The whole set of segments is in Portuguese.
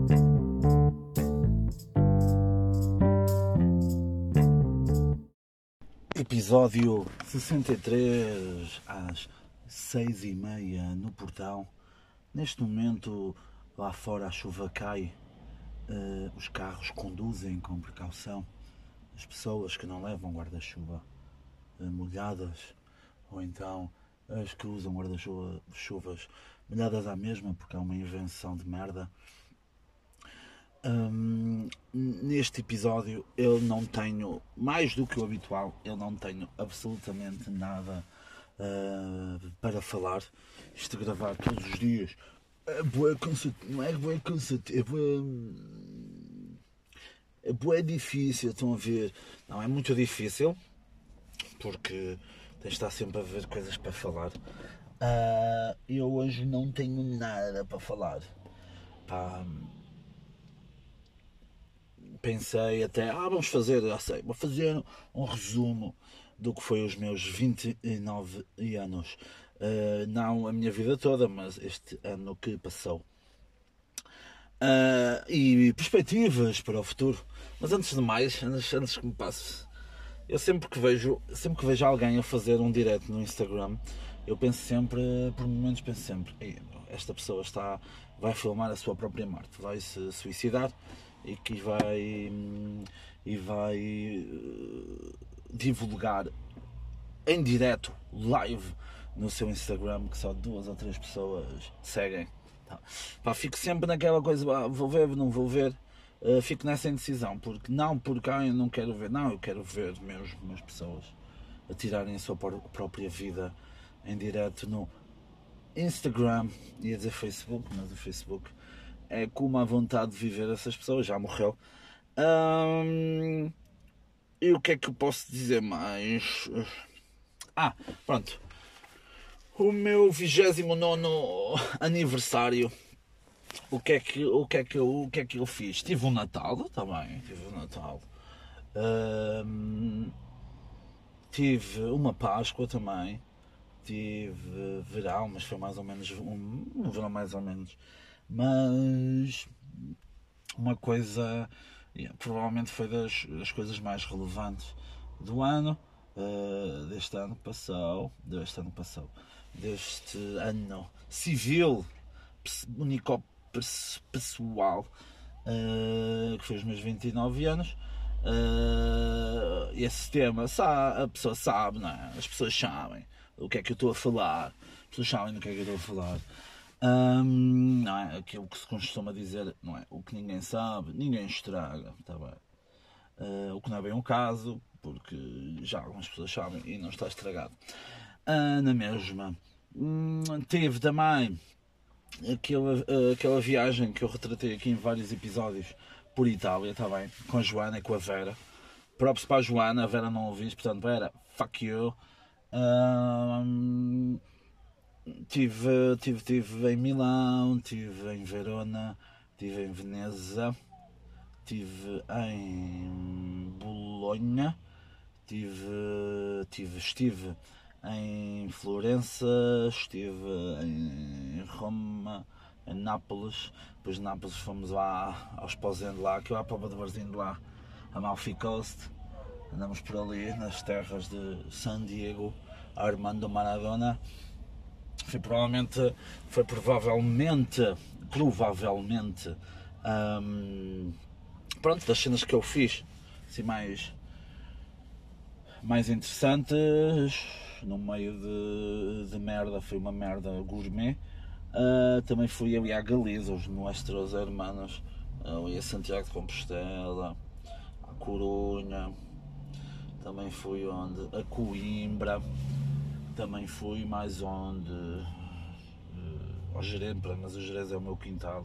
Episódio 63, às 6h30 no portão. Neste momento, lá fora a chuva cai, os carros conduzem com precaução, as pessoas que não levam guarda-chuva molhadas, ou então as que usam guarda-chuvas molhadas à mesma, porque é uma invenção de merda. Neste episódio eu não tenho, mais do que o habitual, eu não tenho absolutamente nada para falar. Isto de gravar todos os dias é bué cansativo, não é bué cansativo, é bué difícil, estão a ver? Não, é muito difícil, porque tens de estar sempre a ver coisas para falar. Eu hoje não tenho nada para falar. Pensei até, vamos fazer, vou fazer um resumo do que foi os meus 29 anos. Não a minha vida toda, mas este ano que passou. E perspectivas para o futuro. Mas antes de mais, antes que me passe, eu sempre que vejo alguém a fazer um direct no Instagram, eu penso sempre, por momentos penso sempre, esta pessoa vai filmar a sua própria morte, vai se suicidar e que vai divulgar em direto, live, no seu Instagram, que só 2 ou 3 pessoas seguem. Fico sempre naquela coisa, vou ver, não vou ver. Fico nessa indecisão, porque eu não quero ver, eu quero ver mesmo as pessoas a tirarem a sua própria vida em direto no Instagram. Ia dizer Facebook, mas o Facebook é como a vontade de viver essas pessoas, já morreu. E o que é que eu posso dizer mais? Pronto. O meu 29º aniversário. O que é que eu fiz? Tive um Natal também. Tive uma Páscoa também. Tive verão, mas foi mais ou menos um verão mais ou menos. Mas uma coisa, provavelmente foi das coisas mais relevantes do ano, deste ano civil, único pessoal, que foi os meus 29 anos. Esse tema, a pessoa sabe, não é? As pessoas sabem o que é que eu estou a falar, as pessoas sabem do que é que eu estou a falar. Não é aquilo que se costuma dizer, não é? O que ninguém sabe, ninguém estraga, tá bem? O que não é bem o caso, porque já algumas pessoas sabem e não está estragado. Na mesma, teve também aquela viagem que eu retratei aqui em vários episódios por Itália, tá bem? Com a Joana e com a Vera. Props para a Vera não ouviste, portanto, Vera, fuck you. Tive em Milão, tive em Verona, tive em Veneza, tive em Bolonha, estive em Florença, estive em Roma, em Nápoles. Depois de Nápoles fomos lá aos Posendo lá, que eu há para o barzinho de lá, a Amalfi Coast. Andamos por ali nas terras de San Diego, Armando Maradona. Foi provavelmente pronto, das cenas que eu fiz assim mais interessantes no meio de merda. Foi uma merda gourmet. Também fui ali a Galiza, os Nuestros Hermanos, ali a Santiago de Compostela, a Corunha, também fui a Coimbra, também fui mais ao Jerez, mas o Jerez é o meu quintal.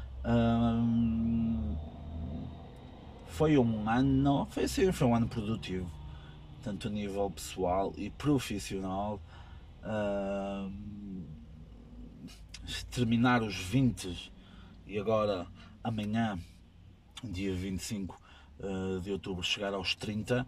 Foi um ano produtivo, tanto a nível pessoal e profissional. Terminar os 20 e agora amanhã, dia 25 de outubro, chegar aos 30,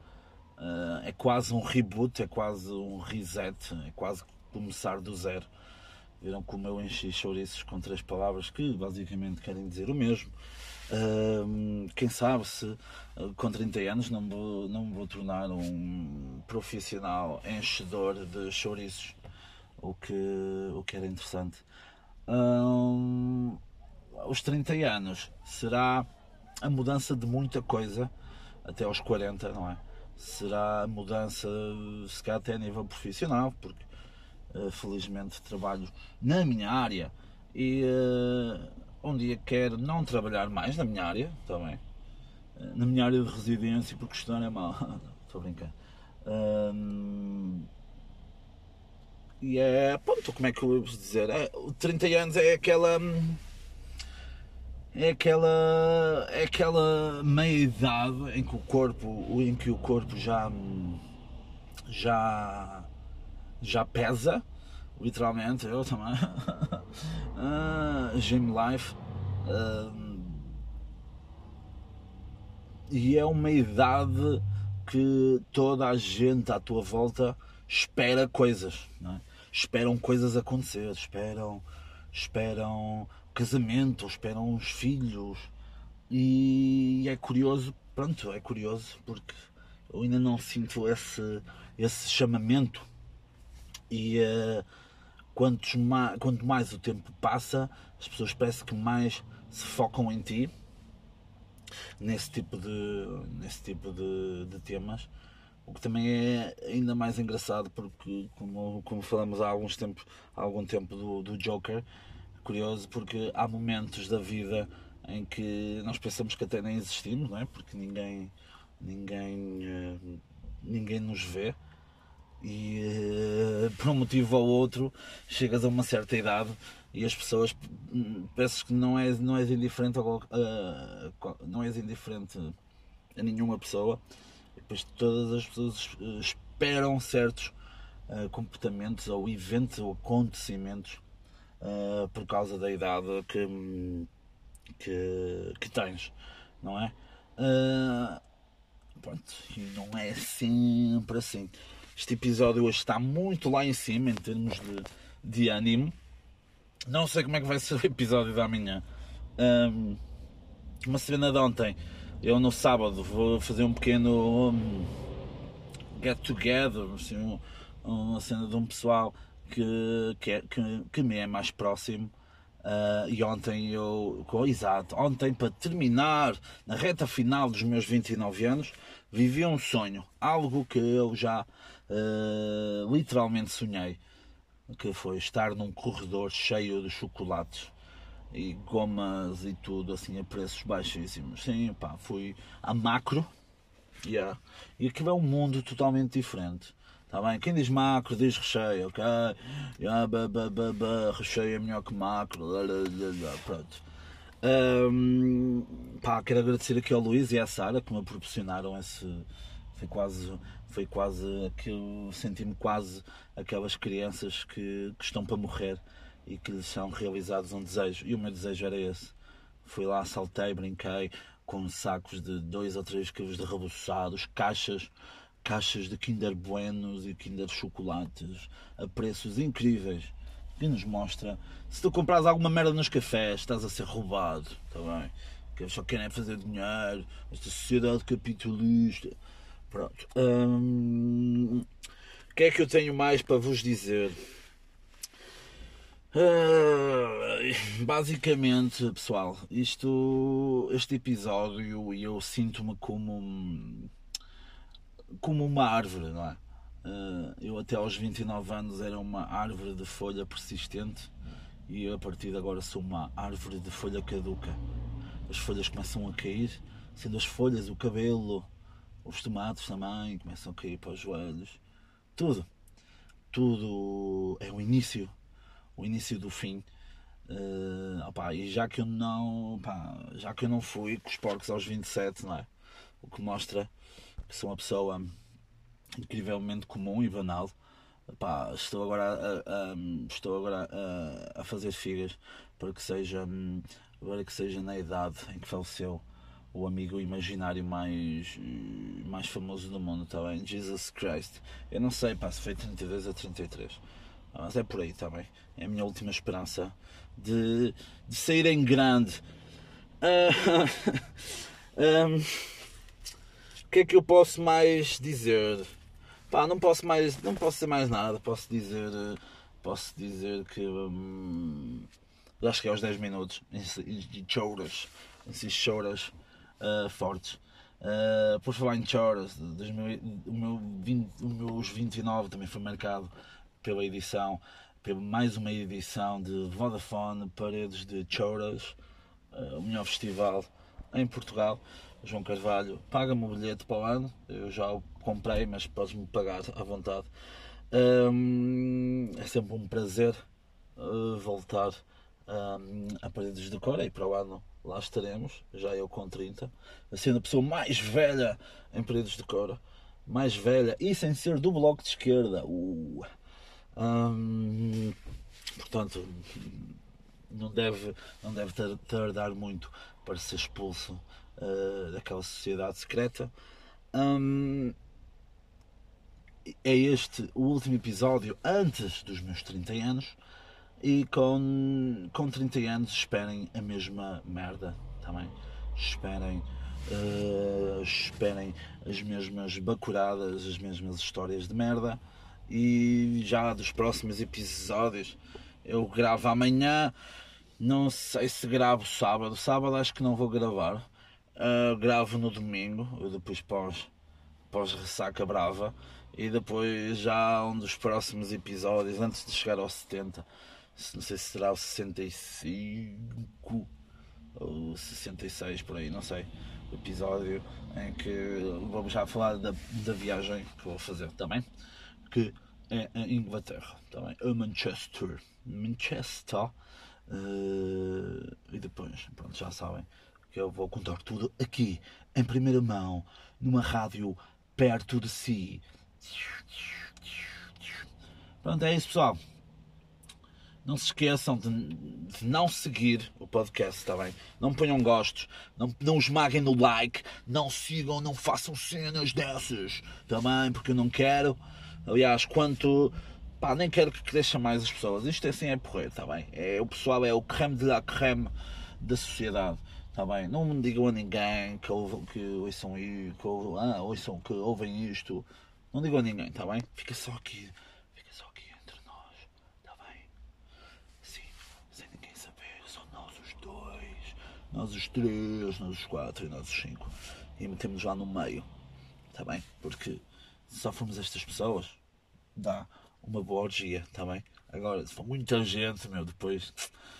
é quase um reboot, é quase um reset, é quase começar do zero. Viram como eu enchi chouriços com 3 palavras que basicamente querem dizer o mesmo. Quem sabe se com 30 anos não me vou tornar um profissional enchedor de chouriços, o que era interessante. Aos 30 anos será a mudança de muita coisa até aos 40, não é? Será a mudança, se calhar até a nível profissional, porque felizmente trabalho na minha área e um dia quero não trabalhar mais na minha área, também na minha área de residência, porque estudar é mal. Estou a brincar. E é, pronto, como é que eu vou dizer? 30 anos é aquela meia idade em que o corpo já pesa, literalmente, eu também. Gym Life. E é uma idade que toda a gente à tua volta espera coisas, não é? Esperam coisas acontecer, esperam casamento, esperam os filhos. E é curioso, pronto, é curioso porque eu ainda não sinto esse chamamento. E quanto mais o tempo passa, as pessoas parece que mais se focam em ti, nesse tipo de temas, o que também é ainda mais engraçado porque, como falamos há algum tempo do Joker, é curioso porque há momentos da vida em que nós pensamos que até nem existimos, não é? Porque ninguém nos vê e por um motivo ou outro chegas a uma certa idade e as pessoas pensas que não és indiferente não és indiferente a nenhuma pessoa, e depois todas as pessoas esperam certos comportamentos ou eventos ou acontecimentos por causa da idade que tens, não é? Pronto, e não é sempre assim. Este episódio hoje está muito lá em cima em termos de ânimo. Não sei como é que vai ser o episódio da manhã. Uma cena de ontem, eu no sábado vou fazer um pequeno get together, assim, uma cena de um pessoal que me é mais próximo. E ontem ontem, para terminar na reta final dos meus 29 anos, vivi um sonho, algo que eu já literalmente sonhei, que foi estar num corredor cheio de chocolates e gomas e tudo assim a preços baixíssimos. Sim, pá, fui à Macro, yeah. E aquilo é um mundo totalmente diferente. Tá bem? Quem diz macro diz recheio, ok? Yeah, recheio é melhor que macro. Pronto. Pá, quero agradecer aqui ao Luís e à Sara que me proporcionaram esse. Foi quase que eu senti-me quase aquelas crianças que estão para morrer e que lhes são realizados um desejo. E o meu desejo era esse. Fui lá, saltei, brinquei com sacos de 2 ou 3 quilos de rebuçados, caixas de Kinder Buenos e Kinder Chocolates a preços incríveis, que nos mostra, se tu compras alguma merda nos cafés, estás a ser roubado, está bem? Que eles só querem fazer dinheiro, esta sociedade capitalista. Pronto. O que é que eu tenho mais para vos dizer? Basicamente, pessoal, este episódio, eu sinto-me como uma árvore, não é? Eu até aos 29 anos era uma árvore de folha persistente e eu, a partir de agora sou uma árvore de folha caduca. As folhas começam a cair, sendo as folhas, o cabelo, os tomates também começam a cair para os joelhos. Tudo é o início do fim. E já que eu não fui com os porcos aos 27, não é? O que mostra que sou uma pessoa incrivelmente comum e banal. Estou agora a fazer figas para que seja na idade em que faleceu o amigo imaginário mais famoso do mundo, está bem? Jesus Christ. Eu não sei, se foi 32 ou 33. Mas é por aí também. É a minha última esperança de sair em grande. O que é que eu posso mais dizer? Pá, não posso dizer mais nada. Posso dizer que acho que é aos 10 minutos e choras, fortes. Por falar em choras, os 29 também foi marcado pela mais uma edição de Vodafone Paredes de Choras, o melhor festival em Portugal. João Carvalho paga-me o bilhete para o ano, eu já o comprei, mas podes-me pagar à vontade. É sempre um prazer voltar a Paredes de Cora, e para o ano lá estaremos, já eu com 30, sendo a pessoa mais velha em Paredes de Cora, mais velha e sem ser do Bloco de Esquerda. Portanto, não deve tardar muito para ser expulso daquela sociedade secreta. É este o último episódio antes dos meus 30 anos, e com 30 anos esperem a mesma merda também. Esperem as mesmas bacuradas, as mesmas histórias de merda. E já dos próximos episódios eu gravo amanhã, não sei se gravo sábado. Sábado acho que não vou gravar. Gravo no domingo, depois pós ressaca brava, e depois já um dos próximos episódios, antes de chegar aos 70, não sei se será o 65 ou 66, por aí, não sei, o episódio em que vou já falar da viagem que vou fazer também, que é a Inglaterra, também, a Manchester, e depois, pronto, já sabem que eu vou contar tudo aqui, em primeira mão, numa rádio perto de si. Pronto, é isso, pessoal. Não se esqueçam de não seguir o podcast, está bem? Não ponham gostos, não esmaguem no like, não sigam, não façam cenas dessas, está bem? Porque eu não quero. Aliás, nem quero que cresça mais as pessoas. Isto assim é porreiro, está bem? O pessoal é o creme de la creme da sociedade, está bem? Não me digam a ninguém que ouçam que ouvem isto. Não digam a ninguém, está bem? Fica só aqui entre nós, está bem? Sim, sem ninguém saber, só nós os dois, nós os três, nós os quatro e nós os cinco. E metemos lá no meio, está bem? Porque se só formos estas pessoas, dá uma boa orgia, está bem? Agora, se for muita gente, depois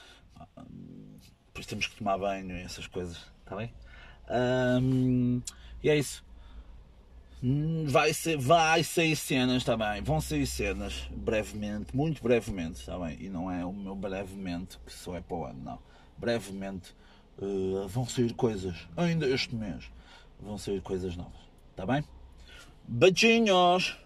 temos que tomar banho e essas coisas, está bem? E é isso. Vai sair cenas também, vão sair cenas brevemente, muito brevemente, está bem? E não é o meu brevemente que só é para o ano, não. Brevemente vão sair coisas, ainda este mês, vão sair coisas novas, está bem? Beijinhos!